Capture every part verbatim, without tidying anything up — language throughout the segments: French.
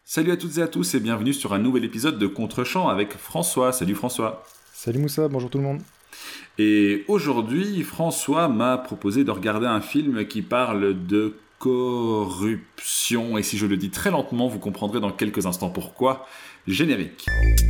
Salut à toutes et à tous et bienvenue sur un nouvel épisode de Contre-champ avec François. Salut François. Salut Moussa, bonjour tout le monde. Et aujourd'hui, François m'a proposé de regarder un film qui parle de corruption. Et si je le dis très lentement, vous comprendrez dans quelques instants pourquoi. Générique.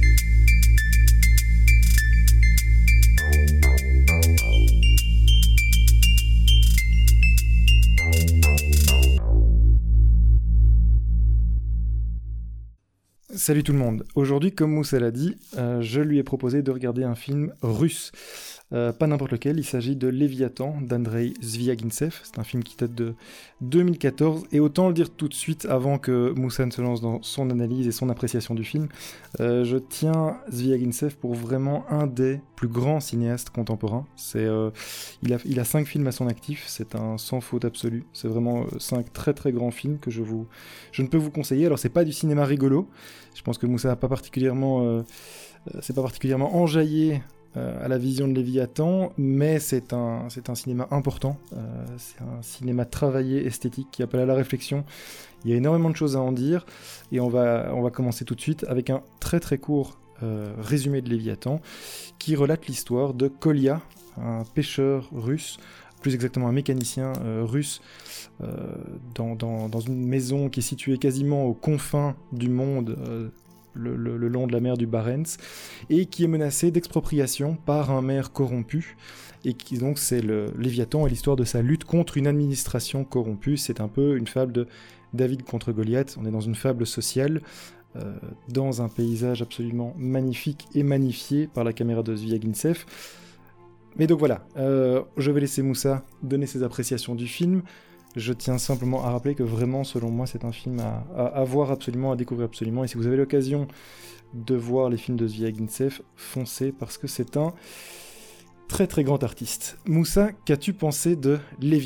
Salut tout le monde. Aujourd'hui, comme Moussa l'a dit, euh, je lui ai proposé de regarder un film russe. Euh, pas n'importe lequel, il s'agit de Léviathan d'Andrei Zvyagintsev. C'est un film qui date de deux mille quatorze. Et autant le dire tout de suite, avant que Moussa ne se lance dans son analyse et son appréciation du film, euh, je tiens Zvyagintsev pour vraiment un des plus grands cinéastes contemporains. C'est, euh, il, a, il a cinq films à son actif, c'est un sans faute absolu. C'est vraiment euh, cinq très très grands films que je, vous, je ne peux vous conseiller. Alors c'est pas du cinéma rigolo, je pense que Moussa n'a pas particulièrement, euh, c'est pas particulièrement enjaillé euh, à la vision de Léviathan, mais c'est un, c'est un cinéma important, euh, c'est un cinéma travaillé, esthétique, qui appelle à la réflexion. Il y a énormément de choses à en dire, et on va, on va commencer tout de suite avec un très très court euh, résumé de Léviathan, qui relate l'histoire de Kolya, un pêcheur russe, plus exactement un mécanicien euh, russe, euh, dans, dans, dans une maison qui est située quasiment aux confins du monde, euh, le, le, le long de la mer du Barents, et qui est menacé d'expropriation par un maire corrompu, et qui donc c'est le Léviathan et l'histoire de sa lutte contre une administration corrompue. C'est un peu une fable de David contre Goliath. On est dans une fable sociale, euh, dans un paysage absolument magnifique et magnifié par la caméra de Zvyagintsev. Mais donc voilà, euh, je vais laisser Moussa donner ses appréciations du film. Je tiens simplement à rappeler que vraiment, selon moi, c'est un film à, à, à voir absolument, à découvrir absolument. Et si vous avez l'occasion de voir les films de Zvyagintsev, foncez, parce que c'est un très très grand artiste. Moussa, qu'as-tu pensé de Léviathan ?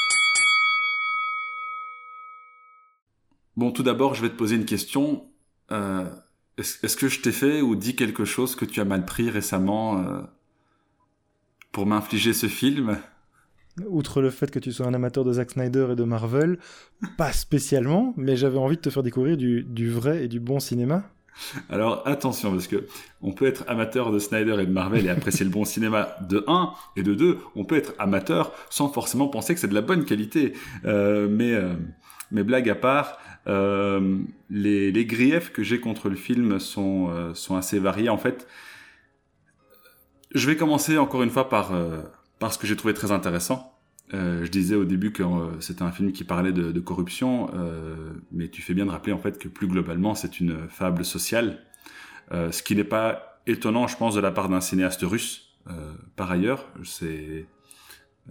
Bon, tout d'abord, je vais te poser une question. Euh, est-ce, est-ce que je t'ai fait ou dit quelque chose que tu as mal pris récemment euh, pour m'infliger ce film ? Outre le fait que tu sois un amateur de Zack Snyder et de Marvel, pas spécialement, mais j'avais envie de te faire découvrir du, du vrai et du bon cinéma. Alors attention, parce que on peut être amateur de Snyder et de Marvel et apprécier le bon cinéma de un, et de deux, on peut être amateur sans forcément penser que c'est de la bonne qualité. Euh, mais, euh, mais blague à part, euh, les, les griefs que j'ai contre le film sont, euh, sont assez variés. En fait, je vais commencer encore une fois par... Euh, Parce que j'ai trouvé très intéressant. Euh, je disais au début que euh, c'était un film qui parlait de, de corruption, euh, mais tu fais bien de rappeler en fait que plus globalement c'est une fable sociale, euh, ce qui n'est pas étonnant, je pense, de la part d'un cinéaste russe. Euh, par ailleurs, c'est, euh,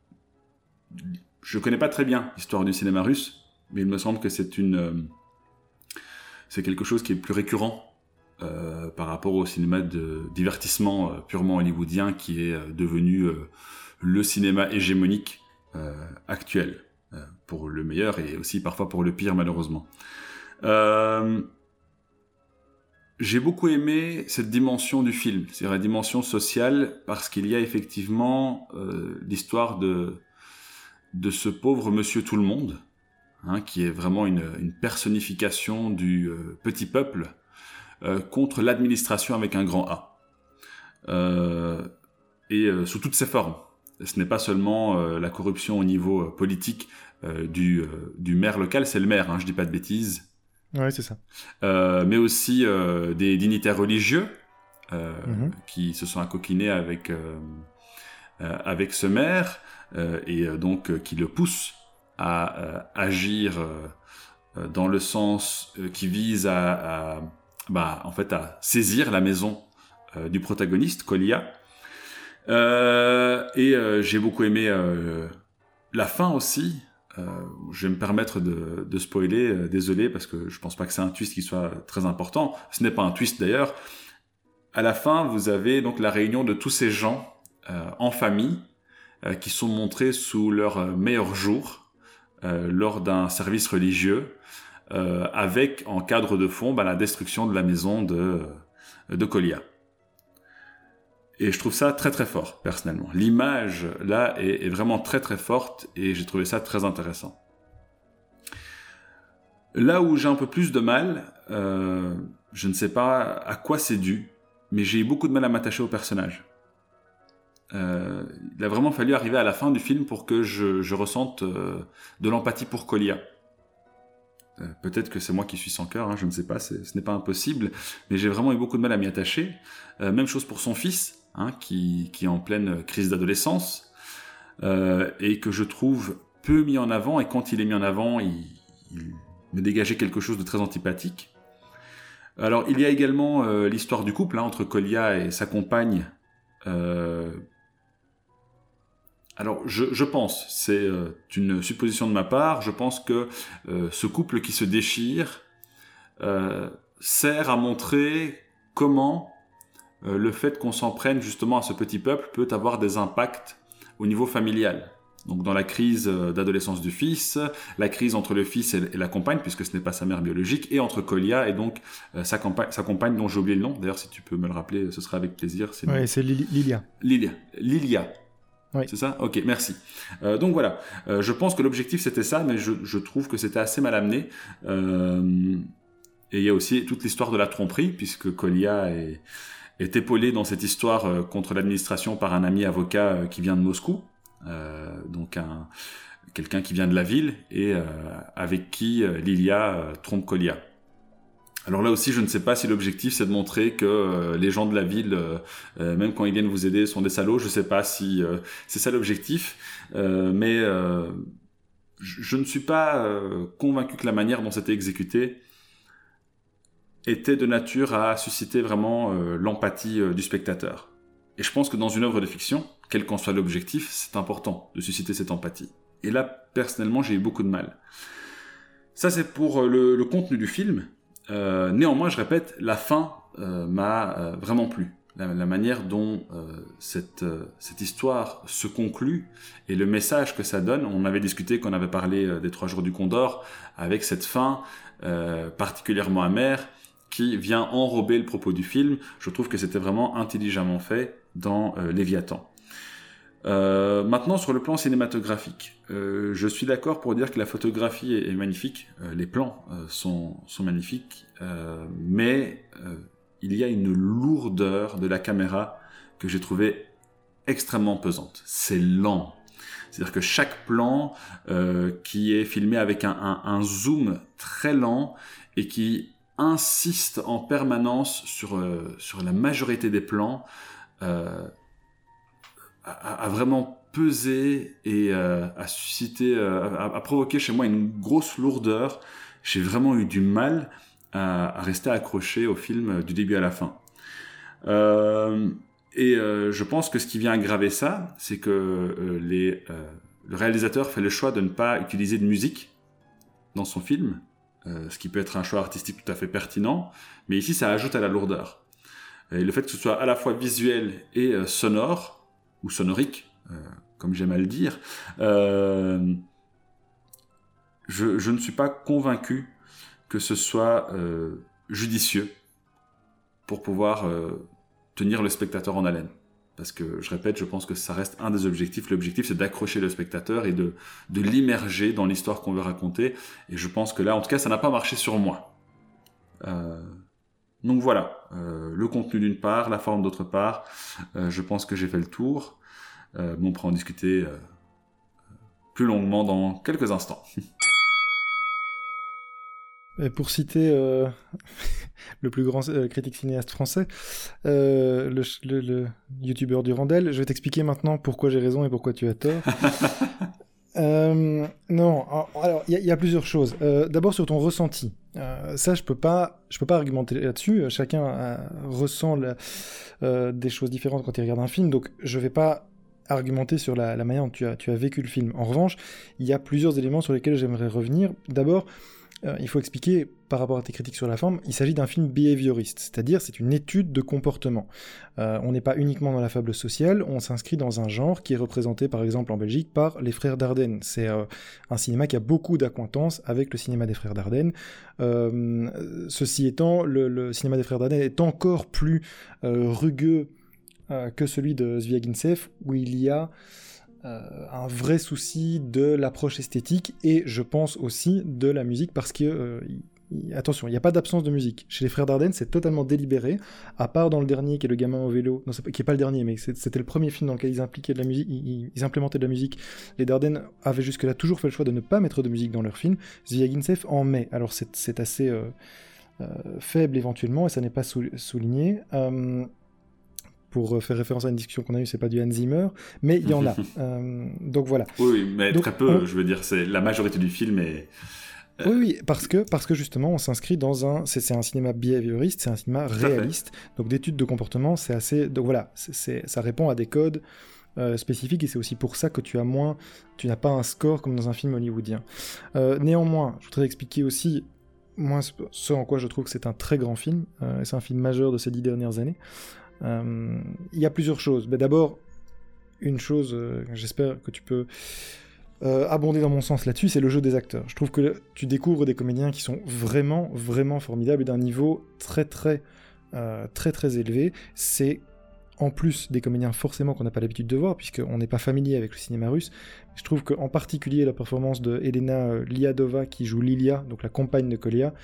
je connais pas très bien l'histoire du cinéma russe, mais il me semble que c'est une, euh, c'est quelque chose qui est plus récurrent Euh, par rapport au cinéma de divertissement euh, purement hollywoodien qui est euh, devenu euh, le cinéma hégémonique euh, actuel, euh, pour le meilleur et aussi parfois pour le pire malheureusement. Euh, j'ai beaucoup aimé cette dimension du film, c'est-à-dire la dimension sociale, parce qu'il y a effectivement euh, l'histoire de, de ce pauvre monsieur tout le monde, hein, qui est vraiment une, une personnification du euh, petit peuple, Euh, contre l'administration avec un grand A. Euh, et euh, sous toutes ses formes. Ce n'est pas seulement euh, la corruption au niveau euh, politique euh, du, euh, du maire local, c'est le maire, hein, je dis pas de bêtises. Ouais, c'est ça. Euh, mais aussi euh, des dignitaires religieux euh, Mm-hmm. qui se sont accoquinés avec, euh, euh, avec ce maire euh, et euh, donc euh, qui le poussent à euh, agir euh, dans le sens euh, qui vise à, à Bah, en fait, à saisir la maison euh, du protagoniste, Kolya. Euh, et euh, j'ai beaucoup aimé euh, la fin aussi. Euh, je vais me permettre de, de spoiler, euh, désolé, parce que je pense pas que c'est un twist qui soit très important. Ce n'est pas un twist d'ailleurs. À la fin, vous avez donc la réunion de tous ces gens euh, en famille euh, qui sont montrés sous leur meilleur jour euh, lors d'un service religieux. Euh, avec en cadre de fond bah, la destruction de la maison de, de Kolya. Et je trouve ça très très fort, personnellement. L'image, là, est, est vraiment très très forte et j'ai trouvé ça très intéressant. Là où j'ai un peu plus de mal, euh, je ne sais pas à quoi c'est dû, mais j'ai eu beaucoup de mal à m'attacher au personnage. Euh, il a vraiment fallu arriver à la fin du film pour que je, je ressente euh, de l'empathie pour Kolya. Euh, peut-être que c'est moi qui suis sans cœur, hein, je ne sais pas, c'est, ce n'est pas impossible, mais j'ai vraiment eu beaucoup de mal à m'y attacher. Euh, même chose pour son fils, hein, qui, qui est en pleine crise d'adolescence, euh, et que je trouve peu mis en avant, et quand il est mis en avant, il, il me dégageait quelque chose de très antipathique. Alors, il y a également euh, l'histoire du couple, hein, entre Kolya et sa compagne. Euh... Alors, je, je pense, c'est euh, une supposition de ma part, je pense que euh, ce couple qui se déchire euh, sert à montrer comment euh, le fait qu'on s'en prenne justement à ce petit peuple peut avoir des impacts au niveau familial. Donc dans la crise d'adolescence du fils, la crise entre le fils et la compagne, puisque ce n'est pas sa mère biologique, et entre Kolya et donc euh, sa, compagne, sa compagne dont j'ai oublié le nom. D'ailleurs, si tu peux me le rappeler, ce sera avec plaisir. C'est oui, c'est Lili- Lilia. Lilia. Lilia. Oui. C'est ça ? Ok, merci. Euh, donc voilà, euh, je pense que l'objectif c'était ça, mais je, je trouve que c'était assez mal amené. Euh, et il y a aussi toute l'histoire de la tromperie, puisque Kolya est, est épaulé dans cette histoire euh, contre l'administration par un ami avocat euh, qui vient de Moscou. Euh, donc un, quelqu'un qui vient de la ville et euh, avec qui euh, Lilia euh, trompe Kolya. Alors là aussi, je ne sais pas si l'objectif c'est de montrer que euh, les gens de la ville, euh, euh, même quand ils viennent vous aider, sont des salauds. Je ne sais pas si euh, c'est ça l'objectif, euh, mais euh, je, je ne suis pas euh, convaincu que la manière dont c'était exécuté était de nature à susciter vraiment euh, l'empathie euh, du spectateur. Et je pense que dans une œuvre de fiction, quel qu'en soit l'objectif, c'est important de susciter cette empathie. Et là, personnellement, j'ai eu beaucoup de mal. Ça, c'est pour le, le contenu du film. Euh, néanmoins, je répète, la fin euh, m'a euh, vraiment plu. La, la manière dont euh, cette, euh, cette histoire se conclut et le message que ça donne. On avait discuté, qu'on avait parlé euh, des Trois Jours du Condor, avec cette fin euh, particulièrement amère qui vient enrober le propos du film. Je trouve que c'était vraiment intelligemment fait dans euh, Léviathan. Euh, maintenant, sur le plan cinématographique, euh, je suis d'accord pour dire que la photographie est, est magnifique, euh, les plans euh, sont, sont magnifiques, euh, mais euh, il y a une lourdeur de la caméra que j'ai trouvée extrêmement pesante. C'est lent. C'est-à-dire que chaque plan euh, qui est filmé avec un, un, un zoom très lent et qui insiste en permanence sur, euh, sur la majorité des plans, euh, a, a vraiment pesé et euh, a suscité, euh, a, a provoqué chez moi une grosse lourdeur. J'ai vraiment eu du mal à, à rester accroché au film du début à la fin. Euh, et euh, je pense que ce qui vient aggraver ça, c'est que euh, les, euh, le réalisateur fait le choix de ne pas utiliser de musique dans son film, euh, ce qui peut être un choix artistique tout à fait pertinent, mais ici ça ajoute à la lourdeur. Et le fait que ce soit à la fois visuel et euh, sonore, ou sonorique, euh, comme j'aime à le dire, euh, je, je ne suis pas convaincu que ce soit euh, judicieux pour pouvoir euh, tenir le spectateur en haleine. Parce que, je répète, je pense que ça reste un des objectifs. L'objectif, c'est d'accrocher le spectateur et de, de l'immerger dans l'histoire qu'on veut raconter. Et je pense que là, en tout cas, ça n'a pas marché sur moi. Euh, donc voilà, euh, le contenu d'une part, la forme d'autre part. Euh, je pense que j'ai fait le tour. Euh, mais on pourra en discuter euh, plus longuement dans quelques instants. Et pour citer euh, le plus grand euh, critique cinéaste français, euh, le, le, le youtubeur Durandel, je vais t'expliquer maintenant pourquoi j'ai raison et pourquoi tu as tort. euh, non, alors il y, y a plusieurs choses. Euh, d'abord sur ton ressenti. Euh, ça, je peux pas, je peux pas argumenter là-dessus. Chacun euh, ressent la, euh, des choses différentes quand il regarde un film, donc je vais pas argumenter sur la, la manière dont tu as, tu as vécu le film. En revanche, il y a plusieurs éléments sur lesquels j'aimerais revenir. D'abord, Euh, il faut expliquer, par rapport à tes critiques sur la forme, il s'agit d'un film behavioriste, c'est-à-dire c'est une étude de comportement. Euh, on n'est pas uniquement dans la fable sociale, on s'inscrit dans un genre qui est représenté par exemple en Belgique par les Frères Dardenne. C'est euh, un cinéma qui a beaucoup d'acquaintance avec le cinéma des Frères Dardenne. Euh, ceci étant, le, le cinéma des Frères Dardenne est encore plus euh, rugueux euh, que celui de Zviagintsev, où il y a euh, un vrai souci de l'approche esthétique et je pense aussi de la musique parce que euh, y, y, attention, il n'y a pas d'absence de musique. Chez les Frères Dardenne, c'est totalement délibéré, à part dans le dernier qui est Le Gamin au vélo, non, c'est pas, qui n'est pas le dernier, mais c'est, c'était le premier film dans lequel ils impliquaient de la musique, ils, ils implémentaient de la musique. Les Dardenne avaient jusque-là toujours fait le choix de ne pas mettre de musique dans leurs films. Zviagintsev en met, alors c'est, c'est assez euh, euh, faible éventuellement et ça n'est pas sou- souligné. Euh, Pour faire référence à une discussion qu'on a eue, c'est pas du Hans Zimmer, mais il y en a. euh, donc voilà. Oui, oui, mais donc, très peu, on... je veux dire, c'est la majorité du film est... Euh... Oui, oui, parce que, parce que justement, on s'inscrit dans un... C'est, c'est un cinéma behavioriste, c'est un cinéma réaliste, donc d'études de comportement, c'est assez... Donc voilà, c'est, c'est... ça répond à des codes euh, spécifiques, et c'est aussi pour ça que tu as moins... Tu n'as pas un score comme dans un film hollywoodien. Euh, néanmoins, je voudrais expliquer aussi, moi, ce en quoi je trouve que c'est un très grand film, euh, et c'est un film majeur de ces dix dernières années. Il euh, y a plusieurs choses. Mais d'abord, une chose, euh, j'espère que tu peux euh, abonder dans mon sens là-dessus, c'est le jeu des acteurs. Je trouve que tu découvres des comédiens qui sont vraiment, vraiment formidables et d'un niveau très, très, euh, très, très élevé. C'est en plus des comédiens forcément qu'on n'a pas l'habitude de voir, puisqu'on n'est pas familier avec le cinéma russe. Je trouve qu'en particulier la performance de Elena Lyadova, qui joue Lilia, donc la compagne de Kolia,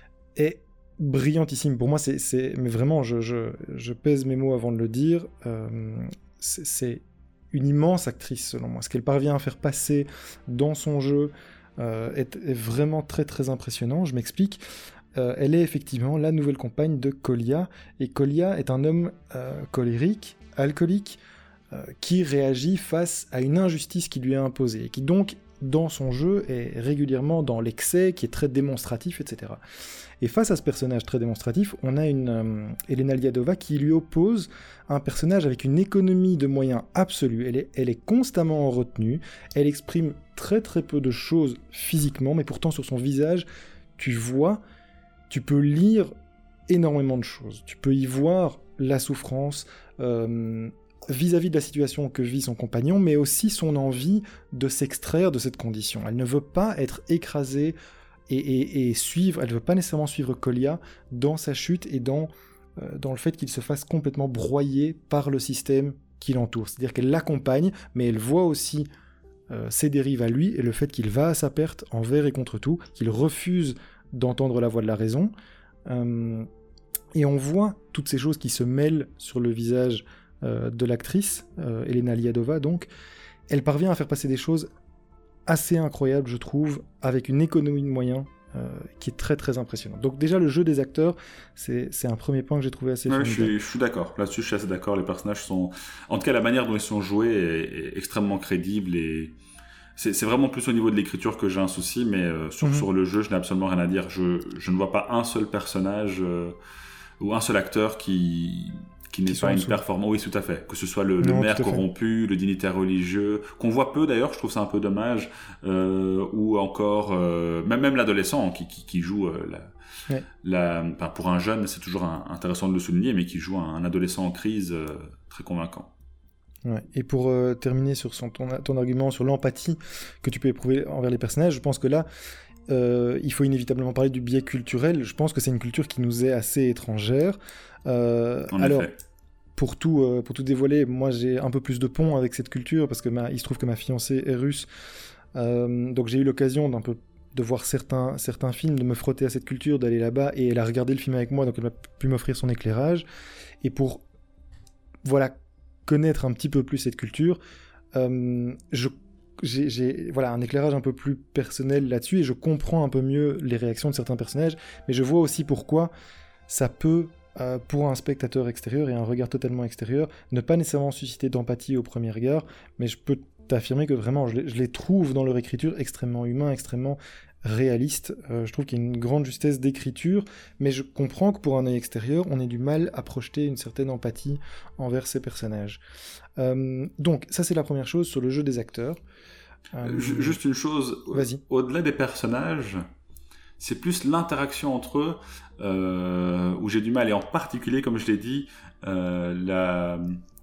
est brillantissime. Pour moi, c'est, c'est... mais vraiment, je, je, je pèse mes mots avant de le dire, euh, c'est, c'est une immense actrice, selon moi. Ce qu'elle parvient à faire passer dans son jeu euh, est, est vraiment très, très impressionnant. Je m'explique. Euh, elle est effectivement la nouvelle compagne de Kolia, et Kolia est un homme euh, colérique, alcoolique, euh, qui réagit face à une injustice qui lui est imposée, et qui donc, dans son jeu, est régulièrement dans l'excès, qui est très démonstratif, et cetera. Et face à ce personnage très démonstratif, on a une euh, Elena Lyadova qui lui oppose un personnage avec une économie de moyens absolue. Elle est, elle est constamment en retenue, elle exprime très très peu de choses physiquement, mais pourtant sur son visage, tu vois, tu peux lire énormément de choses. Tu peux y voir la souffrance euh, vis-à-vis de la situation que vit son compagnon, mais aussi son envie de s'extraire de cette condition. Elle ne veut pas être écrasée Et, et, et suivre, elle ne veut pas nécessairement suivre Kolia dans sa chute et dans, euh, dans le fait qu'il se fasse complètement broyer par le système qui l'entoure. C'est-à-dire qu'elle l'accompagne, mais elle voit aussi euh, ses dérives à lui et le fait qu'il va à sa perte envers et contre tout, qu'il refuse d'entendre la voix de la raison. Euh, et on voit toutes ces choses qui se mêlent sur le visage euh, de l'actrice, euh, Elena Lyadova donc. Elle parvient à faire passer des choses assez incroyable, je trouve, avec une économie de moyens euh, qui est très très impressionnante. Donc déjà, le jeu des acteurs, c'est, c'est un premier point que j'ai trouvé assez ouais, formidable. Je suis, je suis d'accord, là-dessus je suis assez d'accord, les personnages sont... En tout cas, la manière dont ils sont joués est, est extrêmement crédible et... C'est, c'est vraiment plus au niveau de l'écriture que j'ai un souci, mais euh, sur, mm-hmm. sur le jeu, je n'ai absolument rien à dire. Je, je ne vois pas un seul personnage euh, ou un seul acteur qui... qui n'est qui pas une performance, oui, tout à fait. Que ce soit le, non, le maire corrompu, le dignitaire religieux, qu'on voit peu d'ailleurs, je trouve ça un peu dommage, euh, ou encore euh, même même l'adolescent qui qui, qui joue euh, la, ouais. la, enfin, pour un jeune, c'est toujours un, intéressant de le souligner, mais qui joue un, un adolescent en crise euh, très convaincant. Ouais. Et pour euh, terminer sur son, ton, ton argument sur l'empathie que tu peux éprouver envers les personnages, je pense que là, euh, il faut inévitablement parler du biais culturel. Je pense que c'est une culture qui nous est assez étrangère. Euh, en alors, effet. Pour tout, euh, pour tout dévoiler, moi j'ai un peu plus de pont avec cette culture parce que ma, il se trouve que ma fiancée est russe. Euh, donc j'ai eu l'occasion d'un peu de voir certains, certains films, de me frotter à cette culture, d'aller là-bas, et elle a regardé le film avec moi, donc elle a pu m'offrir son éclairage. Et pour voilà, connaître un petit peu plus cette culture, euh, je, j'ai, j'ai voilà, un éclairage un peu plus personnel là-dessus, et je comprends un peu mieux les réactions de certains personnages, mais je vois aussi pourquoi ça peut, euh, pour un spectateur extérieur et un regard totalement extérieur, ne pas nécessairement susciter d'empathie au premier regard, mais je peux t'affirmer que vraiment, je les, je les trouve dans leur écriture extrêmement humains, extrêmement réalistes. Euh, je trouve qu'il y a une grande justesse d'écriture, mais je comprends que pour un œil extérieur, on ait du mal à projeter une certaine empathie envers ces personnages. Euh, donc, ça c'est la première chose sur le jeu des acteurs. Euh, Juste une chose, vas-y. Au-delà des personnages, c'est plus l'interaction entre eux euh, où j'ai du mal, et en particulier, comme je l'ai dit, euh, la...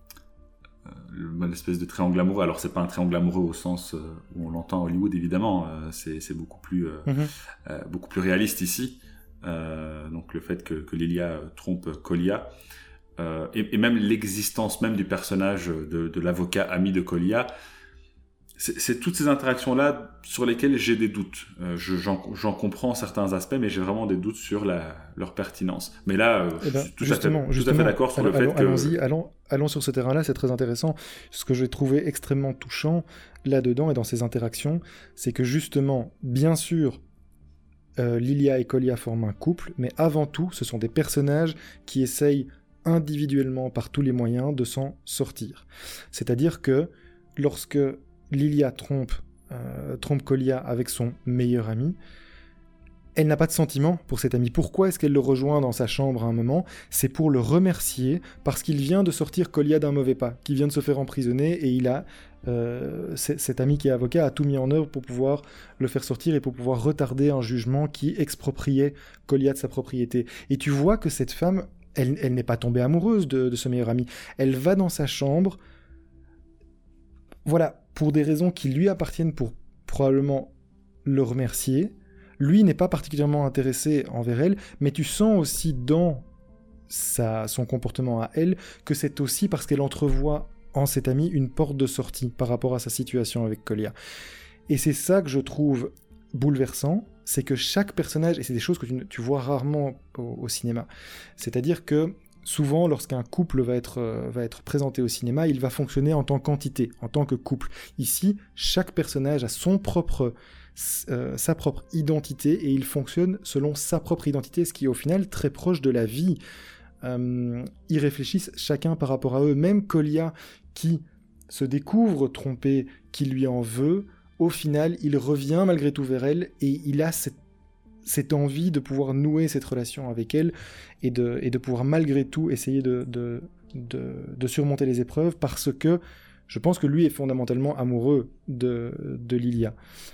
l'espèce de triangle amoureux. Alors c'est pas un triangle amoureux au sens euh, où on l'entend à Hollywood, évidemment, euh, c'est, c'est beaucoup plus euh, mm-hmm. euh, beaucoup plus réaliste ici. Euh, donc le fait que, que Lilia trompe Kolia euh, et, et même l'existence même du personnage de, de l'avocat ami de Kolia c'est, c'est toutes ces interactions-là sur lesquelles j'ai des doutes. Euh, je, j'en, j'en comprends certains aspects, mais j'ai vraiment des doutes sur la, leur pertinence. Mais là, euh, eh ben, je suis tout, justement, à fait, justement, tout à fait d'accord sur allons, le fait allons, que... Allons-y, allons, allons sur ce terrain-là, c'est très intéressant. Ce que j'ai trouvé extrêmement touchant là-dedans et dans ces interactions, c'est que justement, bien sûr, euh, Lilia et Kolya forment un couple, mais avant tout, ce sont des personnages qui essayent individuellement, par tous les moyens, de s'en sortir. C'est-à-dire que lorsque Lilia trompe, euh, trompe Kolya avec son meilleur ami, elle n'a pas de sentiment pour cet ami. Pourquoi est-ce qu'elle le rejoint dans sa chambre à un moment ? C'est pour le remercier, parce qu'il vient de sortir Kolya d'un mauvais pas, qu'il vient de se faire emprisonner, et il a, euh, cet ami qui est avocat a tout mis en œuvre pour pouvoir le faire sortir et pour pouvoir retarder un jugement qui expropriait Kolya de sa propriété. Et tu vois que cette femme, elle, elle n'est pas tombée amoureuse de, de ce meilleur ami. Elle va dans sa chambre, voilà, pour des raisons qui lui appartiennent, pour probablement le remercier. Lui n'est pas particulièrement intéressé envers elle, mais tu sens aussi dans sa, son comportement à elle que c'est aussi parce qu'elle entrevoit en cet ami une porte de sortie par rapport à sa situation avec Kolya. Et c'est ça que je trouve bouleversant, c'est que chaque personnage, et c'est des choses que tu, tu vois rarement au, au cinéma, c'est-à-dire que souvent, lorsqu'un couple va être, euh, va être présenté au cinéma, il va fonctionner en tant qu'entité, en tant que couple. Ici, chaque personnage a son propre, euh, sa propre identité et il fonctionne selon sa propre identité, ce qui est au final très proche de la vie. Euh, ils réfléchissent chacun par rapport à eux. Même Kolya, qui se découvre trompé, qui lui en veut, au final, il revient malgré tout vers elle et il a cette cette envie de pouvoir nouer cette relation avec elle et de, et de pouvoir malgré tout essayer de, de, de, de surmonter les épreuves parce que je pense que lui est fondamentalement amoureux de, de Lilia.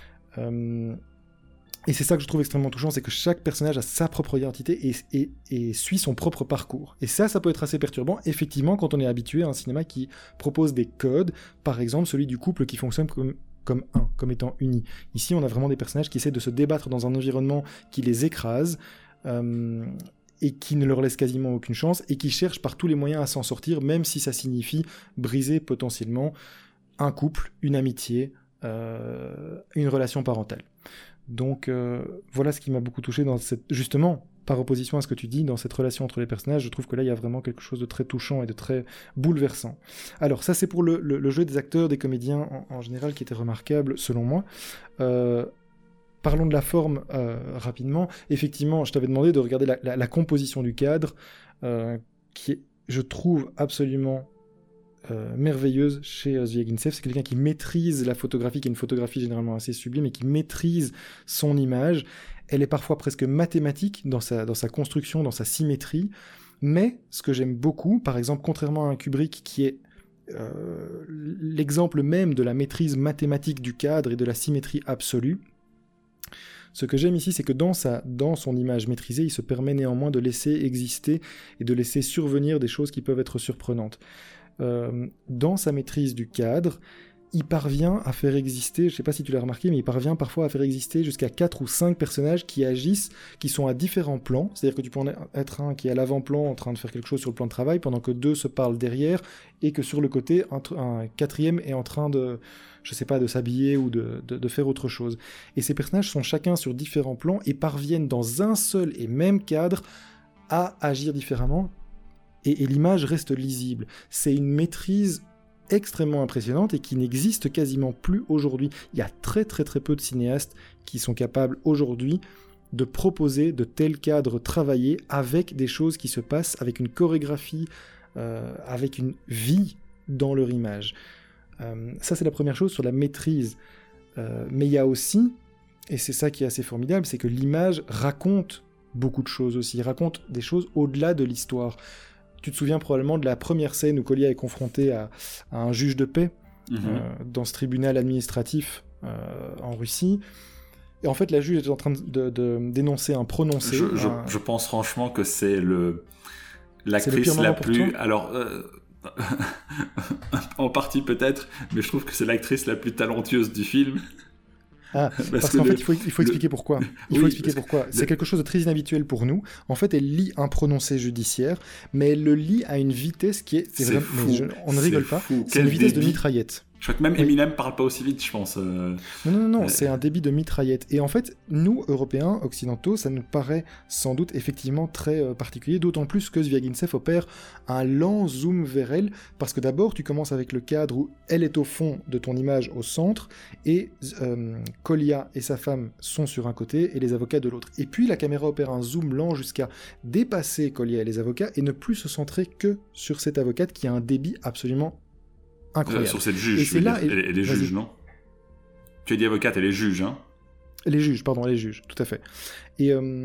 Euh, et c'est ça que je trouve extrêmement touchant, c'est que chaque personnage a sa propre identité et, et, et suit son propre parcours. Et ça, ça peut être assez perturbant, effectivement, quand on est habitué à un cinéma qui propose des codes, par exemple celui du couple qui fonctionne comme comme un, comme étant unis. Ici, on a vraiment des personnages qui essaient de se débattre dans un environnement qui les écrase euh, et qui ne leur laisse quasiment aucune chance et qui cherchent par tous les moyens à s'en sortir, même si ça signifie briser potentiellement un couple, une amitié, euh, une relation parentale. Donc euh, voilà ce qui m'a beaucoup touché dans cette... Justement, par opposition à ce que tu dis, dans cette relation entre les personnages, je trouve que là, il y a vraiment quelque chose de très touchant et de très bouleversant. Alors, ça, c'est pour le, le, le jeu des acteurs, des comédiens en, en général, qui était remarquable, selon moi. Euh, parlons de la forme euh, rapidement. Effectivement, je t'avais demandé de regarder la, la, la composition du cadre, euh, qui est, je trouve, absolument euh, merveilleuse chez euh, Zviagintsev. C'est quelqu'un qui maîtrise la photographie, qui est une photographie généralement assez sublime, et qui maîtrise son image. Elle est parfois presque mathématique dans sa, dans sa construction, dans sa symétrie, mais ce que j'aime beaucoup, par exemple, contrairement à un Kubrick qui est euh, l'exemple même de la maîtrise mathématique du cadre et de la symétrie absolue, ce que j'aime ici, c'est que dans, sa, dans son image maîtrisée, il se permet néanmoins de laisser exister et de laisser survenir des choses qui peuvent être surprenantes. Euh, dans sa maîtrise du cadre, il parvient à faire exister, je ne sais pas si tu l'as remarqué, mais il parvient parfois à faire exister jusqu'à quatre ou cinq personnages qui agissent, qui sont à différents plans. C'est-à-dire que tu peux en être un qui est à l'avant-plan en train de faire quelque chose sur le plan de travail, pendant que deux se parlent derrière, et que sur le côté, un, un quatrième est en train de, je sais pas, de s'habiller ou de, de, de faire autre chose. Et ces personnages sont chacun sur différents plans et parviennent dans un seul et même cadre à agir différemment, et, et l'image reste lisible. C'est une maîtrise extrêmement impressionnante et qui n'existe quasiment plus aujourd'hui. Il y a très très très peu de cinéastes qui sont capables aujourd'hui de proposer de tels cadres travaillés avec des choses qui se passent, avec une chorégraphie, euh, avec une vie dans leur image. Euh, ça c'est la première chose sur la maîtrise. Euh, mais il y a aussi, et c'est ça qui est assez formidable, c'est que l'image raconte beaucoup de choses aussi, raconte des choses au-delà de l'histoire. Tu te souviens probablement de la première scène où Kolya est confronté à, à un juge de paix mmh. euh, dans ce tribunal administratif euh, en Russie. Et en fait, la juge est en train de, de, de d'énoncer un prononcé. Je, je, un... je pense franchement que c'est le l'actrice c'est le la plus... Alors, euh... en partie peut-être, mais je trouve que c'est l'actrice la plus talentueuse du film. Ah, parce, parce qu'en le, fait, il faut, il faut expliquer le... pourquoi. Il faut oui, expliquer pourquoi. C'est le... quelque chose de très inhabituel pour nous. En fait, elle lit un prononcé judiciaire, mais elle le lit à une vitesse qui est... C'est c'est vraiment... fou. Je... On ne rigole pas. Fou. C'est Quel une vitesse débit. de mitraillette. Je crois que même Oui. Eminem parle pas aussi vite, je pense. Euh... Non, non, non, non, Euh, c'est un débit de mitraillette. Et en fait, nous, Européens, Occidentaux, ça nous paraît sans doute effectivement très euh, particulier, d'autant plus que Zviagintsev opère un lent zoom vers elle, parce que d'abord, tu commences avec le cadre où elle est au fond de ton image, au centre, et euh, Kolya et sa femme sont sur un côté, et les avocats de l'autre. Et puis, la caméra opère un zoom lent jusqu'à dépasser Kolya et les avocats, et ne plus se centrer que sur cette avocate qui a un débit absolument incroyable. Euh, sur cette juge, Et je c'est veux là- dire. et- Elle, elle est Vas-y. juge, non? Tu as dit avocate, elle est juge, hein? Les juges, pardon, les juges, tout à fait. Et euh,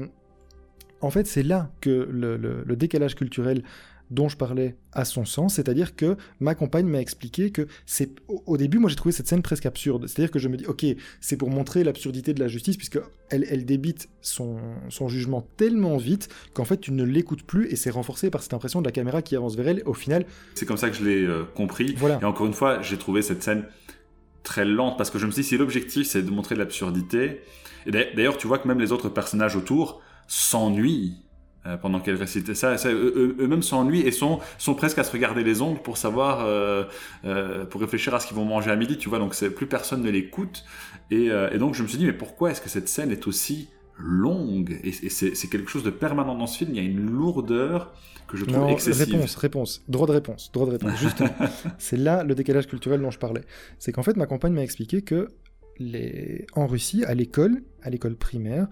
en fait, c'est là que le, le- le décalage culturel dont je parlais a son sens, c'est-à-dire que ma compagne m'a expliqué que c'est au, au début, moi j'ai trouvé cette scène presque absurde, c'est-à-dire que je me dis, ok, c'est pour montrer l'absurdité de la justice, puisque elle, elle débite son, son jugement tellement vite qu'en fait tu ne l'écoutes plus, et c'est renforcé par cette impression de la caméra qui avance vers elle. Au final, C'est comme ça que je l'ai euh, compris. Voilà. Et encore une fois, j'ai trouvé cette scène très lente parce que je me suis dit, si l'objectif c'est de montrer de l'absurdité, et d'a- d'ailleurs, tu vois que même les autres personnages autour s'ennuient euh, pendant qu'elle récite ça. ça eux- eux- Eux-mêmes s'ennuient et sont, sont presque à se regarder les ongles pour savoir, euh, euh, pour réfléchir à ce qu'ils vont manger à midi, tu vois. Donc, c'est, plus personne ne l'écoute. Et, euh, et donc, je me suis dit, mais pourquoi est-ce que cette scène est aussi longue? Et, et c'est, c'est quelque chose de permanent dans ce film. Il y a une lourdeur que je trouve non, excessive. réponse, réponse, droit de réponse, droit de réponse, justement. C'est là le décalage culturel dont je parlais. C'est qu'en fait, ma compagne m'a expliqué que les... en Russie, à l'école, à l'école primaire,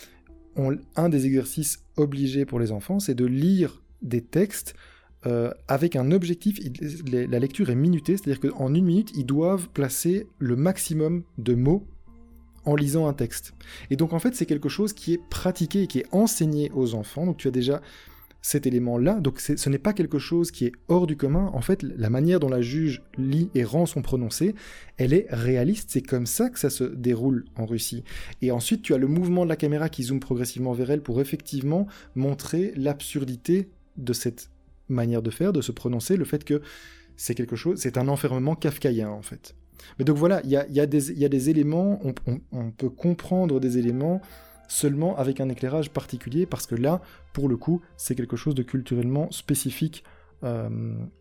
on... un des exercices obligés pour les enfants, c'est de lire des textes euh, avec un objectif. Il- les- La lecture est minutée, c'est-à-dire qu'en une minute, ils doivent placer le maximum de mots en lisant un texte. Et donc, en fait, c'est quelque chose qui est pratiqué et qui est enseigné aux enfants. Donc, tu as déjà cet élément-là. Donc, c'est- ce n'est pas quelque chose qui est hors du commun. En fait, la manière dont la juge lit et rend son prononcé, elle est réaliste. C'est comme ça que ça se déroule en Russie. Et ensuite, tu as le mouvement de la caméra qui zoome progressivement vers elle pour effectivement montrer l'absurdité de cette manière de faire, de se prononcer, le fait que c'est quelque chose, c'est un enfermement kafkaïen, en fait. Mais donc voilà, il y a, il y a des, il y a des éléments, on, on- on peut comprendre des éléments seulement avec un éclairage particulier, parce que là, pour le coup, c'est quelque chose de culturellement spécifique euh,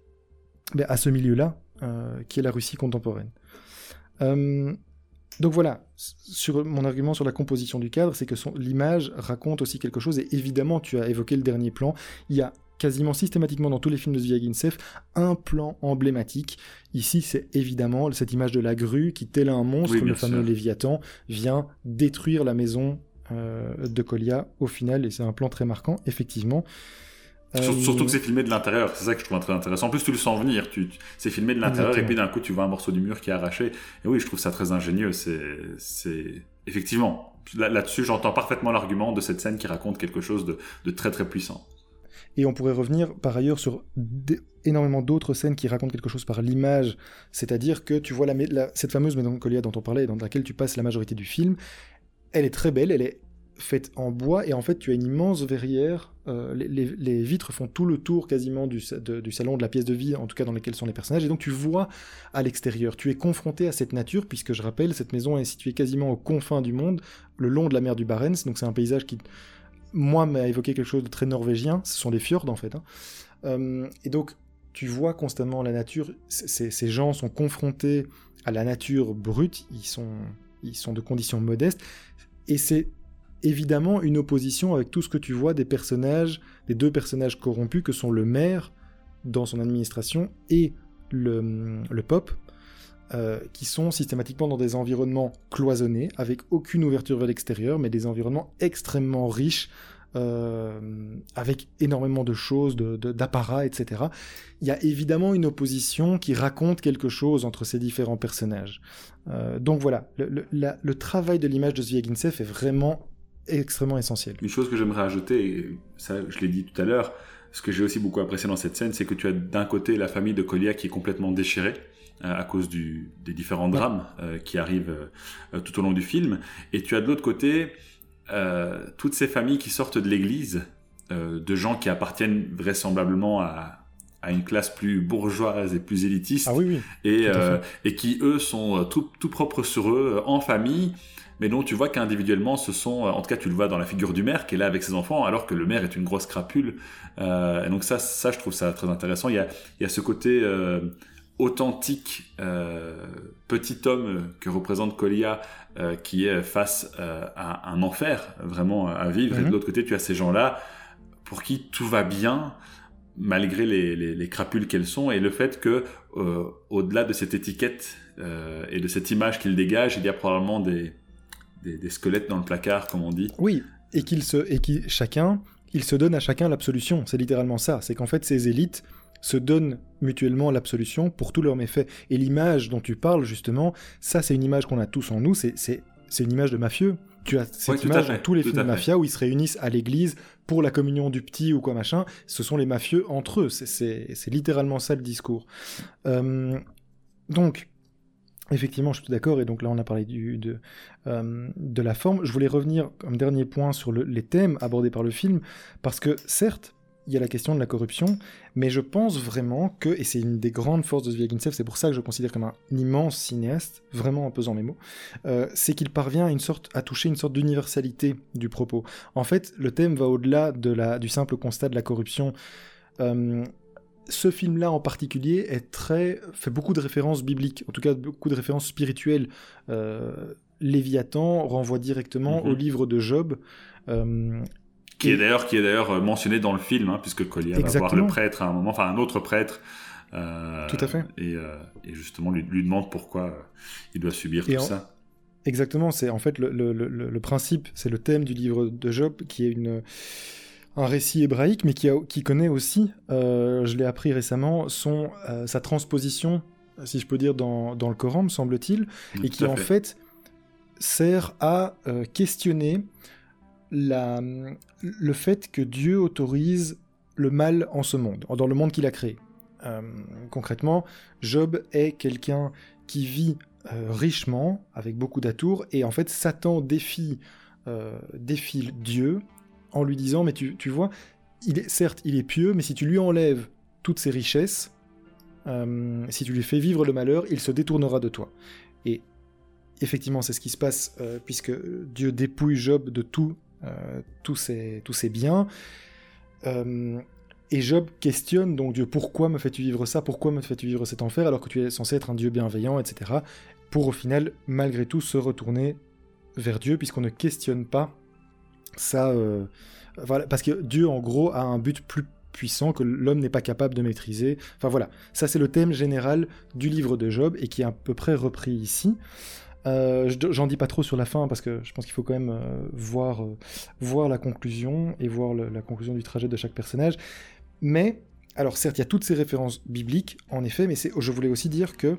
ben, à ce milieu-là, euh, qui est la Russie contemporaine. Euh, donc voilà, s- sur mon argument sur la composition du cadre, c'est que son- l'image raconte aussi quelque chose, et évidemment, tu as évoqué le dernier plan, il y a quasiment systématiquement dans tous les films de Zviagintsev un plan emblématique. Ici, c'est évidemment cette image de la grue qui, tel un monstre, Oui, bien le fameux sûr. Léviathan, vient détruire la maison euh, de Kolya au final, et c'est un plan très marquant, effectivement. Sur- Euh, Surtout que c'est filmé de l'intérieur, c'est ça que je trouve très intéressant. En plus, tu le sens venir, tu, tu- c'est filmé de l'intérieur Exactement. et puis d'un coup, tu vois un morceau du mur qui est arraché. Et oui, je trouve ça très ingénieux. C'est, c'est... Effectivement, là, là-dessus, j'entends parfaitement l'argument de cette scène qui raconte quelque chose de, de très très puissant. Et on pourrait revenir par ailleurs sur d- énormément d'autres scènes qui racontent quelque chose par l'image, c'est-à-dire que tu vois la, mé- la- cette fameuse maison de Kolya dont on parlait, dans laquelle tu passes la majorité du film, elle est très belle, elle est faite en bois, et en fait tu as une immense verrière, euh, les, les- les vitres font tout le tour quasiment du, sa- de- du salon, de la pièce de vie, en tout cas dans laquelle sont les personnages, et donc tu vois à l'extérieur, tu es confronté à cette nature, puisque je rappelle, cette maison est située quasiment aux confins du monde, le long de la mer du Barents, donc c'est un paysage qui, moi, m'a évoqué quelque chose de très norvégien, ce sont les fjords en fait, hein. Euh, et donc tu vois constamment la nature, c- c- ces gens sont confrontés à la nature brute, ils sont, ils sont de conditions modestes, et c'est évidemment une opposition avec tout ce que tu vois des personnages, des deux personnages corrompus que sont le maire dans son administration et le, le pop, euh, qui sont systématiquement dans des environnements cloisonnés, avec aucune ouverture vers l'extérieur, mais des environnements extrêmement riches, euh, avec énormément de choses, de, de, d'apparats, et cetera. Il y a évidemment une opposition qui raconte quelque chose entre ces différents personnages. Euh, donc voilà, le, le, la, le travail de l'image de Zviagintsev est vraiment extrêmement essentiel. Une chose que j'aimerais ajouter, et ça je l'ai dit tout à l'heure, ce que j'ai aussi beaucoup apprécié dans cette scène, c'est que tu as d'un côté la famille de Kolya qui est complètement déchirée euh, à cause du, des différents drames euh, qui arrivent euh, tout au long du film, et tu as de l'autre côté euh, toutes ces familles qui sortent de l'église, euh, de gens qui appartiennent vraisemblablement à, à une classe plus bourgeoise et plus élitiste, Ah oui, oui. et, tout à euh, fait. et qui eux sont tout, tout propres sur eux, en famille, mais dont tu vois qu'individuellement ce sont, en tout cas tu le vois dans la figure du maire qui est là avec ses enfants, alors que le maire est une grosse crapule, euh, et donc ça, ça je trouve ça très intéressant. Il y a, il y a ce côté euh, authentique euh, petit homme que représente Kolya, euh, qui est face euh, à un enfer vraiment à vivre, mm-hmm. et de l'autre côté tu as ces gens-là pour qui tout va bien malgré les, les, les crapules qu'elles sont, et le fait que euh, au-delà de cette étiquette euh, et de cette image qu'il dégage, il y a probablement des, des, des squelettes dans le placard, comme on dit. Oui, et qu'il se, et qu'il, chacun, il se donne à chacun l'absolution, c'est littéralement ça, c'est qu'en fait ces élites se donnent mutuellement l'absolution pour tous leurs méfaits. Et l'image dont tu parles, justement, ça, c'est une image qu'on a tous en nous, c'est, c'est, c'est une image de mafieux. Tu as cette oui, image fait, dans tous les films de fait. mafia où ils se réunissent à l'église pour la communion du petit ou quoi machin. Ce sont les mafieux entre eux. C'est, c'est, c'est littéralement ça le discours. Euh, donc, effectivement, je suis tout d'accord. Et donc là, on a parlé du, de, euh, de la forme. Je voulais revenir comme dernier point sur le, les thèmes abordés par le film, parce que certes, il y a la question de la corruption, mais je pense vraiment que, et c'est une des grandes forces de Zvyagintsev, c'est pour ça que je le considère comme un immense cinéaste, vraiment en pesant mes mots, euh, c'est qu'il parvient à, une sorte, à toucher une sorte d'universalité du propos. En fait, le thème va au-delà de la, du simple constat de la corruption. Euh, ce film-là en particulier est très, fait beaucoup de références bibliques, en tout cas beaucoup de références spirituelles. Euh, Léviathan renvoie directement mm-hmm. au livre de Job, euh, Qui est, d'ailleurs, qui est d'ailleurs mentionné dans le film, hein, puisque Kolya va voir le prêtre à un moment, enfin un autre prêtre. Euh, tout à fait. Et, euh, et justement, lui, lui demande pourquoi euh, il doit subir et tout en... ça. Exactement, c'est en fait le, le, le, le principe, c'est le thème du livre de Job, qui est une, un récit hébraïque, mais qui, a, qui connaît aussi, euh, je l'ai appris récemment, son, euh, sa transposition, si je peux dire, dans, dans le Coran, me semble-t-il, Tout et qui en fait. fait sert à euh, questionner La, le fait que Dieu autorise le mal en ce monde, dans le monde qu'il a créé. Euh, concrètement, Job est quelqu'un qui vit euh, richement, avec beaucoup d'atours, et en fait Satan défie, euh, défie Dieu en lui disant, mais tu, tu vois, il est, certes il est pieux, mais si tu lui enlèves toutes ses richesses, euh, si tu lui fais vivre le malheur, il se détournera de toi. Et effectivement, c'est ce qui se passe, euh, puisque Dieu dépouille Job de tout, Euh, tous ses, tous ses biens, euh, et Job questionne donc Dieu, pourquoi me fais-tu vivre ça, pourquoi me fais-tu vivre cet enfer alors que tu es censé être un Dieu bienveillant, et cetera, pour au final, malgré tout, se retourner vers Dieu, puisqu'on ne questionne pas ça, euh, voilà, parce que Dieu en gros a un but plus puissant que l'homme n'est pas capable de maîtriser, enfin voilà, ça c'est le thème général du livre de Job, et qui est à peu près repris ici. Euh, j'en dis pas trop sur la fin parce que je pense qu'il faut quand même euh, voir, euh, voir la conclusion et voir le, la conclusion du trajet de chaque personnage. Mais, alors certes, il y a toutes ces références bibliques, en effet, mais c'est, je voulais aussi dire que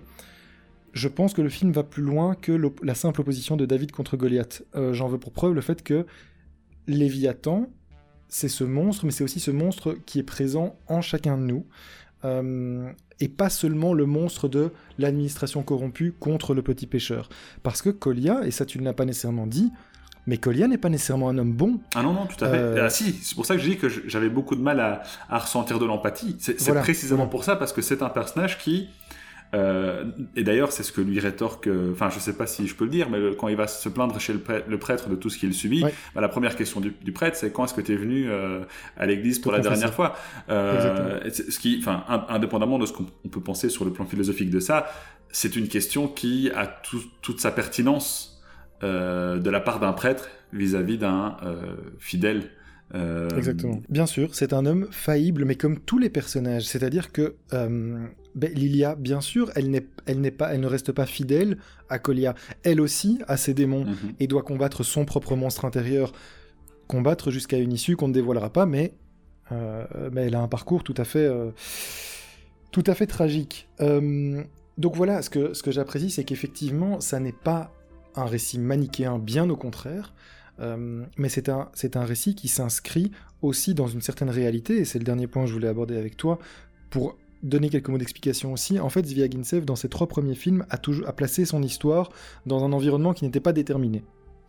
je pense que le film va plus loin que la simple opposition de David contre Goliath. Euh, j'en veux pour preuve le fait que Léviathan, c'est ce monstre, mais c'est aussi ce monstre qui est présent en chacun de nous. Euh, et pas seulement le monstre de l'administration corrompue contre le petit pêcheur. Parce que Kolya, et ça tu ne l'as pas nécessairement dit, mais Kolya n'est pas nécessairement un homme bon. Ah non, non, tout à fait. Euh... Ah si, c'est pour ça que je dis que j'avais beaucoup de mal à, à ressentir de l'empathie. C'est, c'est voilà, précisément voilà. pour ça, parce que c'est un personnage qui... Euh, et d'ailleurs, c'est ce que lui rétorque, enfin, je sais pas si je peux le dire, mais le, quand il va se plaindre chez le prêtre, le prêtre de tout ce qu'il subit, ouais. bah, la première question du, du prêtre, c'est quand est-ce que tu es venu euh, à l'église pour tout la dernière fois euh, Ce qui, enfin, indépendamment de ce qu'on peut penser sur le plan philosophique de ça, c'est une question qui a tout, toute sa pertinence euh, de la part d'un prêtre vis-à-vis d'un euh, fidèle. Euh... Exactement. Bien sûr, c'est un homme faillible, mais comme tous les personnages, c'est-à-dire que euh, ben, Lilia, bien sûr, elle, n'est, elle, n'est pas, elle ne reste pas fidèle à Kolya. Elle aussi a ses démons mm-hmm. et doit combattre son propre monstre intérieur, combattre jusqu'à une issue qu'on ne dévoilera pas, mais, euh, mais elle a un parcours tout à fait, euh, tout à fait tragique. Euh, donc voilà, ce que, ce que j'apprécie, c'est qu'effectivement, ça n'est pas un récit manichéen, bien au contraire. Euh, mais c'est un, c'est un récit qui s'inscrit aussi dans une certaine réalité, et c'est le dernier point que je voulais aborder avec toi, pour donner quelques mots d'explication aussi. En fait, Zvyagintsev, dans ses trois premiers films, a, toujours, a placé son histoire dans un environnement qui n'était pas déterminé.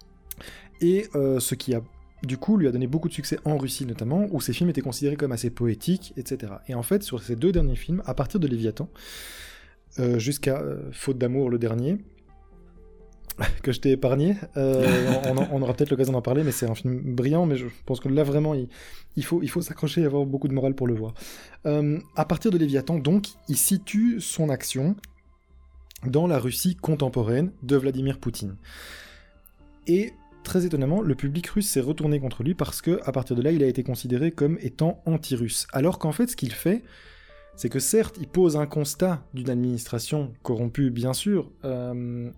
Et euh, ce qui a, du coup, lui a donné beaucoup de succès en Russie notamment, où ses films étaient considérés comme assez poétiques, et cetera. Et en fait, sur ces deux derniers films, à partir de Léviathan, euh, jusqu'à euh, Faute d'amour, le dernier, que je t'ai épargné. Euh, on, on, on aura peut-être l'occasion d'en parler, mais c'est un film brillant, mais je pense que là, vraiment, il, il faut, il faut s'accrocher et avoir beaucoup de morale pour le voir. Euh, à partir de Léviathan, donc, il situe son action dans la Russie contemporaine de Vladimir Poutine. Et, très étonnamment, le public russe s'est retourné contre lui parce que, à partir de là, il a été considéré comme étant anti-russe. Alors qu'en fait, ce qu'il fait, c'est que certes, il pose un constat d'une administration corrompue, bien sûr, euh,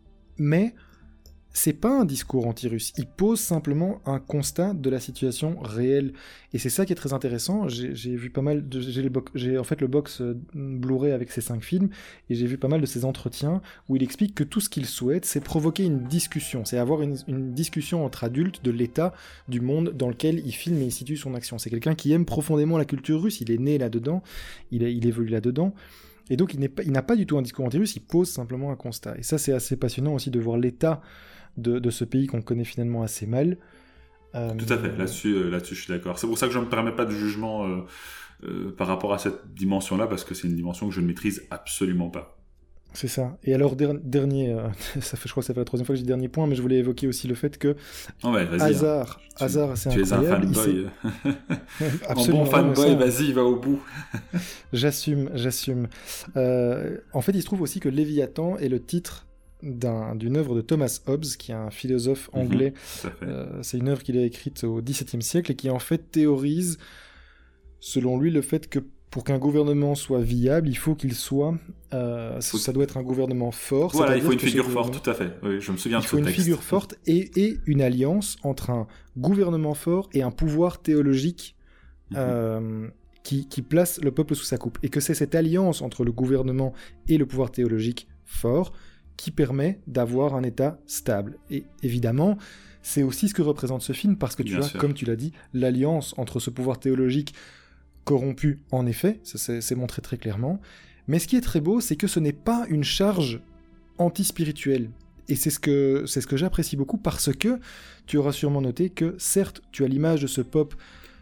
mais c'est pas un discours anti-russe, il pose simplement un constat de la situation réelle. Et c'est ça qui est très intéressant. J'ai, j'ai vu pas mal de... J'ai, les bo- j'ai en fait le box euh, Blu-ray avec ces cinq films, et j'ai vu pas mal de ses entretiens où il explique que tout ce qu'il souhaite, c'est provoquer une discussion, c'est avoir une, une discussion entre adultes de l'état du monde dans lequel il filme et il situe son action. C'est quelqu'un qui aime profondément la culture russe, il est né là-dedans, il, a, il évolue là-dedans. Et donc, il, n'est pas, il n'a pas du tout un discours anti-russe, il pose simplement un constat. Et ça, c'est assez passionnant aussi de voir l'état de, de ce pays qu'on connaît finalement assez mal. Euh... Tout à fait, là-dessus, euh, là-dessus, je suis d'accord. C'est pour ça que je ne me permets pas de jugement euh, euh, par rapport à cette dimension-là, parce que c'est une dimension que je ne maîtrise absolument pas. C'est ça. Et alors, der- dernier, euh, ça fait, je crois que ça fait la troisième fois que je dis dernier point, mais je voulais évoquer aussi le fait que oh ouais, vas-y, hasard, hein. tu, hasard, c'est tu incroyable. Tu es un fanboy. Absolument. En bon fanboy, vas-y, va au bout. J'assume, j'assume. Euh, en fait, il se trouve aussi que Léviathan est le titre d'un, d'une œuvre de Thomas Hobbes, qui est un philosophe anglais. Mmh, euh, c'est une œuvre qu'il a écrite au dix-septième siècle et qui en fait théorise, selon lui, le fait que pour qu'un gouvernement soit viable, il faut qu'il soit... Euh, faut... Ça doit être un gouvernement fort. Voilà, il faut une figure forte, tout à fait. Oui, je me souviens de ce texte. Il faut une figure forte et, et une alliance entre un gouvernement fort et un pouvoir théologique mmh. euh, qui, qui place le peuple sous sa coupe. Et que c'est cette alliance entre le gouvernement et le pouvoir théologique fort qui permet d'avoir un État stable. Et évidemment, c'est aussi ce que représente ce film, parce que tu Bien as, sûr. comme tu l'as dit, l'alliance entre ce pouvoir théologique corrompu, en effet, ça c'est, c'est montré très clairement, mais ce qui est très beau, c'est que ce n'est pas une charge anti-spirituelle. Et c'est ce que, c'est ce que j'apprécie beaucoup, parce que tu auras sûrement noté que, certes, tu as l'image de ce peuple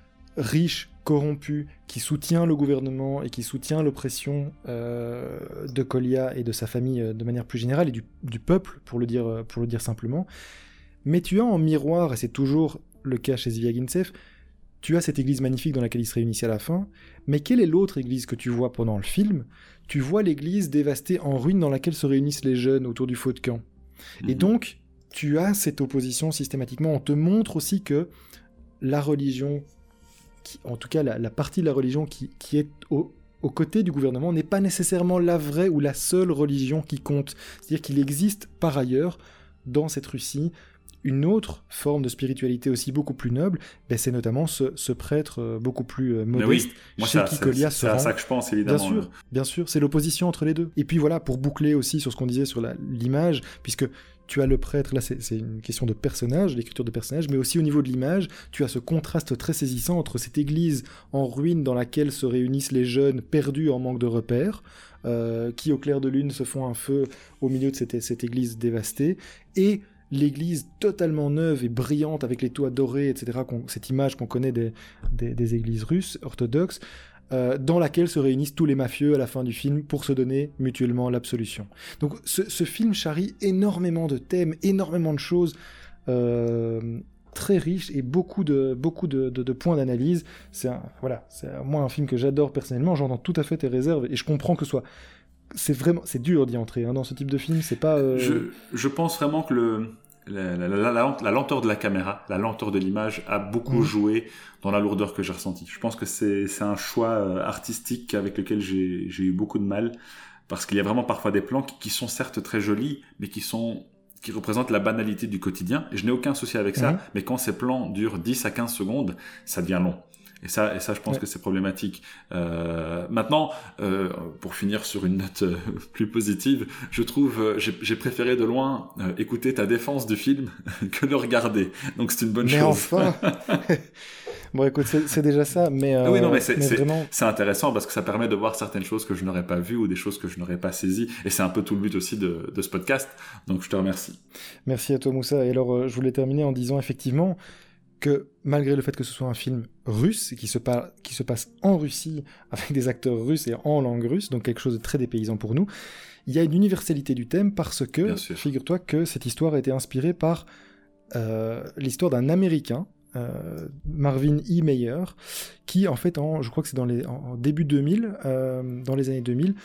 riche, corrompu, qui soutient le gouvernement et qui soutient l'oppression euh, de Kolia et de sa famille euh, de manière plus générale, et du, du peuple, pour le dire, pour le dire simplement, mais tu as en miroir, et c'est toujours le cas chez Zviagintsev, tu as cette église magnifique dans laquelle ils se réunissent à la fin, mais quelle est l'autre église que tu vois pendant le film ? Tu vois l'église dévastée en ruine dans laquelle se réunissent les jeunes autour du feu de camp. Mmh. Et donc, tu as cette opposition systématiquement. On te montre aussi que la religion, qui, en tout cas la, la partie de la religion qui, qui est au, aux côtés du gouvernement, n'est pas nécessairement la vraie ou la seule religion qui compte. C'est-à-dire qu'il existe par ailleurs, dans cette Russie, une autre forme de spiritualité aussi beaucoup plus noble, ben c'est notamment ce, ce prêtre euh, beaucoup plus euh, modeste, oui, moi chez ça, qui Kolia c'est, se rend. C'est à ça que je pense, évidemment. Bien sûr, bien sûr, c'est l'opposition entre les deux. Et puis voilà, pour boucler aussi sur ce qu'on disait sur la, l'image, puisque tu as le prêtre, là c'est, c'est une question de personnage, l'écriture de personnage, mais aussi au niveau de l'image, tu as ce contraste très saisissant entre cette église en ruine dans laquelle se réunissent les jeunes perdus en manque de repères, euh, qui au clair de lune se font un feu au milieu de cette, cette église dévastée, et l'église totalement neuve et brillante avec les toits dorés, et cetera, qu'on, cette image qu'on connaît des, des, des églises russes orthodoxes, euh, dans laquelle se réunissent tous les mafieux à la fin du film pour se donner mutuellement l'absolution. Donc ce, ce film charrie énormément de thèmes, énormément de choses euh, très riches et beaucoup de, beaucoup de, de, de points d'analyse. C'est un, voilà, c'est moi un film que j'adore personnellement, j'entends tout à fait tes réserves et je comprends que ce soit... C'est vraiment, c'est dur d'y entrer hein, dans ce type de film, c'est pas... Euh... Je, je pense vraiment que le... La, la, la, la, la lenteur de la caméra, la lenteur de l'image a beaucoup mmh. joué dans la lourdeur que j'ai ressentie. Je pense que c'est, c'est un choix artistique avec lequel j'ai, j'ai eu beaucoup de mal, parce qu'il y a vraiment parfois des plans qui, qui sont certes très jolis, mais qui sont qui représentent la banalité du quotidien, et je n'ai aucun souci avec ça, mmh. mais quand ces plans durent dix à quinze secondes, ça devient long. Et ça, et ça, je pense ouais. que c'est problématique. Euh, maintenant, euh, pour finir sur une note euh, plus positive, je trouve, euh, j'ai, j'ai préféré de loin euh, écouter ta défense du film que le regarder. Donc c'est une bonne mais chose. Mais enfin. Bon, écoute, c'est, c'est déjà ça, mais. Euh, oui, non, mais c'est, mais c'est, vraiment... c'est intéressant parce que ça permet de voir certaines choses que je n'aurais pas vues ou des choses que je n'aurais pas saisies. Et c'est un peu tout le but aussi de, de ce podcast. Donc je te remercie. Merci à toi, Moussa. Et alors, euh, je voulais terminer en disant effectivement. que malgré le fait que ce soit un film russe, qui se, par... qui se passe en Russie, avec des acteurs russes et en langue russe, donc quelque chose de très dépaysant pour nous, il y a une universalité du thème parce que, figure-toi que cette histoire a été inspirée par euh, l'histoire d'un Américain, euh, Marvin E. Meyer, qui en fait, en, je crois que c'est dans les en début deux mille, euh, dans les années deux mille,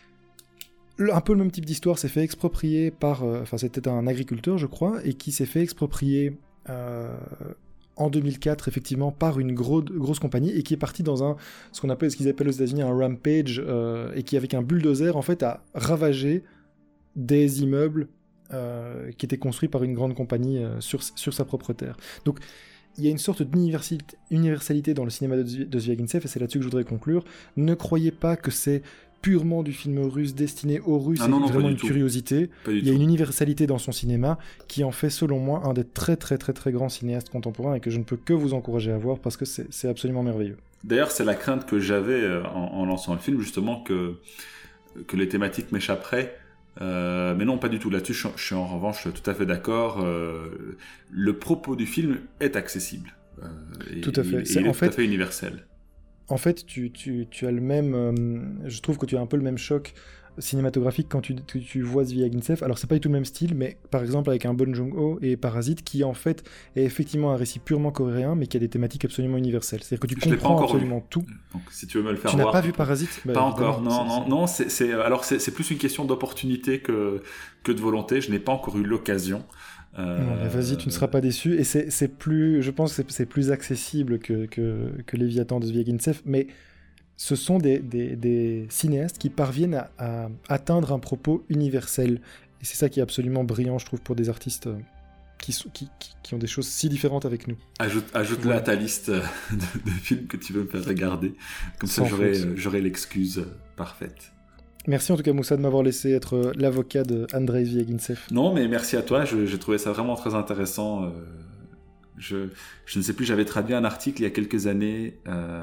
un peu le même type d'histoire s'est fait exproprier par... Enfin, euh, c'était un agriculteur, je crois, et qui s'est fait exproprier euh, en deux mille quatre, effectivement, par une gros, grosse compagnie, et qui est parti dans un... ce qu'on appelle, ce qu'ils appellent aux États-Unis un rampage, euh, et qui, avec un bulldozer, en fait, a ravagé des immeubles euh, qui étaient construits par une grande compagnie euh, sur, sur sa propre terre. Donc, il y a une sorte d'universalité dans le cinéma de, de Zvyagintsev, et c'est là-dessus que je voudrais conclure. Ne croyez pas que c'est purement du film russe destiné aux Russes, ah non, non, vraiment une tout. curiosité. Il y a tout. une universalité dans son cinéma qui en fait, selon moi, un des très très très très grands cinéastes contemporains et que je ne peux que vous encourager à voir parce que c'est, c'est absolument merveilleux. D'ailleurs, c'est la crainte que j'avais en, en lançant le film, justement, que, que les thématiques m'échapperaient. Euh, mais non, pas du tout. Là-dessus, je, je suis en revanche tout à fait d'accord. Euh, le propos du film est accessible. Euh, et, tout à fait. Et, c'est, et il est en tout fait, à fait universel. En fait, tu, tu, tu as le même... Euh, je trouve que tu as un peu le même choc cinématographique quand tu, tu, tu vois Zvyagintsev. Alors, c'est pas du tout le même style, mais par exemple avec un Bong Joon-ho et Parasite, qui en fait est effectivement un récit purement coréen, mais qui a des thématiques absolument universelles. C'est-à-dire que tu je comprends absolument vu. tout. Donc, si tu veux me le faire tu voir... Tu n'as pas vu Parasite ? Bah, pas encore, non, non, c'est... non. C'est, c'est, alors, c'est, c'est plus une question d'opportunité que, que de volonté. Je n'ai pas encore eu l'occasion. Euh... Non, mais vas-y, tu ne seras pas déçu. Et c'est, c'est plus... Je pense que c'est, c'est plus accessible que, que, que Léviathan de Zvyagintsev, mais... Ce sont des, des, des cinéastes qui parviennent à, à atteindre un propos universel. Et c'est ça qui est absolument brillant, je trouve, pour des artistes qui, sont, qui, qui, qui ont des choses si différentes avec nous. Ajoute, ajoute-le ouais. à ta liste de, de films que tu veux me faire regarder. Comme Sans ça, j'aurai, j'aurai l'excuse parfaite. Merci en tout cas, Moussa, de m'avoir laissé être l'avocat de Andrei Zvyagintsev. Non, mais merci à toi. Je, j'ai trouvé ça vraiment très intéressant. Je, je ne sais plus, j'avais traduit un article il y a quelques années... Euh,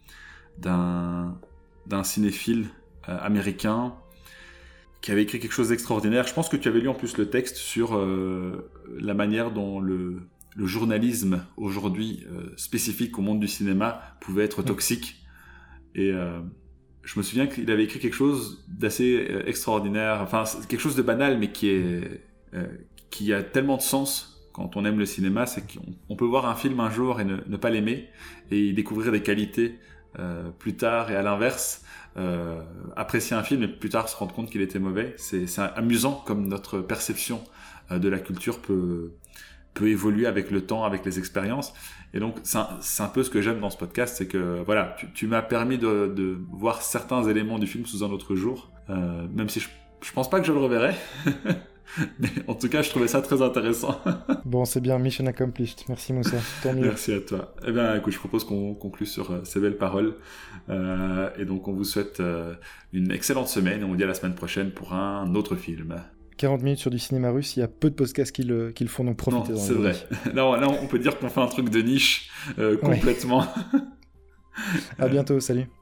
D'un, d'un cinéphile euh, américain qui avait écrit quelque chose d'extraordinaire. Je pense que tu avais lu en plus le texte sur euh, la manière dont le, le journalisme aujourd'hui euh, spécifique au monde du cinéma pouvait être toxique. Et euh, je me souviens qu'il avait écrit quelque chose d'assez euh, extraordinaire, enfin quelque chose de banal mais qui, est, euh, qui a tellement de sens quand on aime le cinéma, c'est qu'on on peut voir un film un jour et ne, ne pas l'aimer et y découvrir des qualités Euh, plus tard, et à l'inverse, euh, apprécier un film et plus tard se rendre compte qu'il était mauvais. C'est, c'est amusant comme notre perception euh, de la culture peut, peut évoluer avec le temps, avec les expériences. Et donc, c'est un, c'est un peu ce que j'aime dans ce podcast, c'est que voilà, tu, tu m'as permis de, de voir certains éléments du film sous un autre jour, euh, même si je, je pense pas que je le reverrai. Mais en tout cas, je trouvais ça très intéressant. Bon, c'est bien, mission accomplished. Merci Moussa, tant mieux. Merci à toi. Eh bien, écoute, je propose qu'on conclue sur euh, ces belles paroles. Euh, et donc, on vous souhaite euh, une excellente semaine. Et on vous dit à la semaine prochaine pour un autre film. quarante minutes sur du cinéma russe, il y a peu de podcasts qui le, qui le font, donc profitez. Non, c'est vrai. Là, là, on peut dire qu'on fait un truc de niche euh, complètement. Ouais. À bientôt, salut.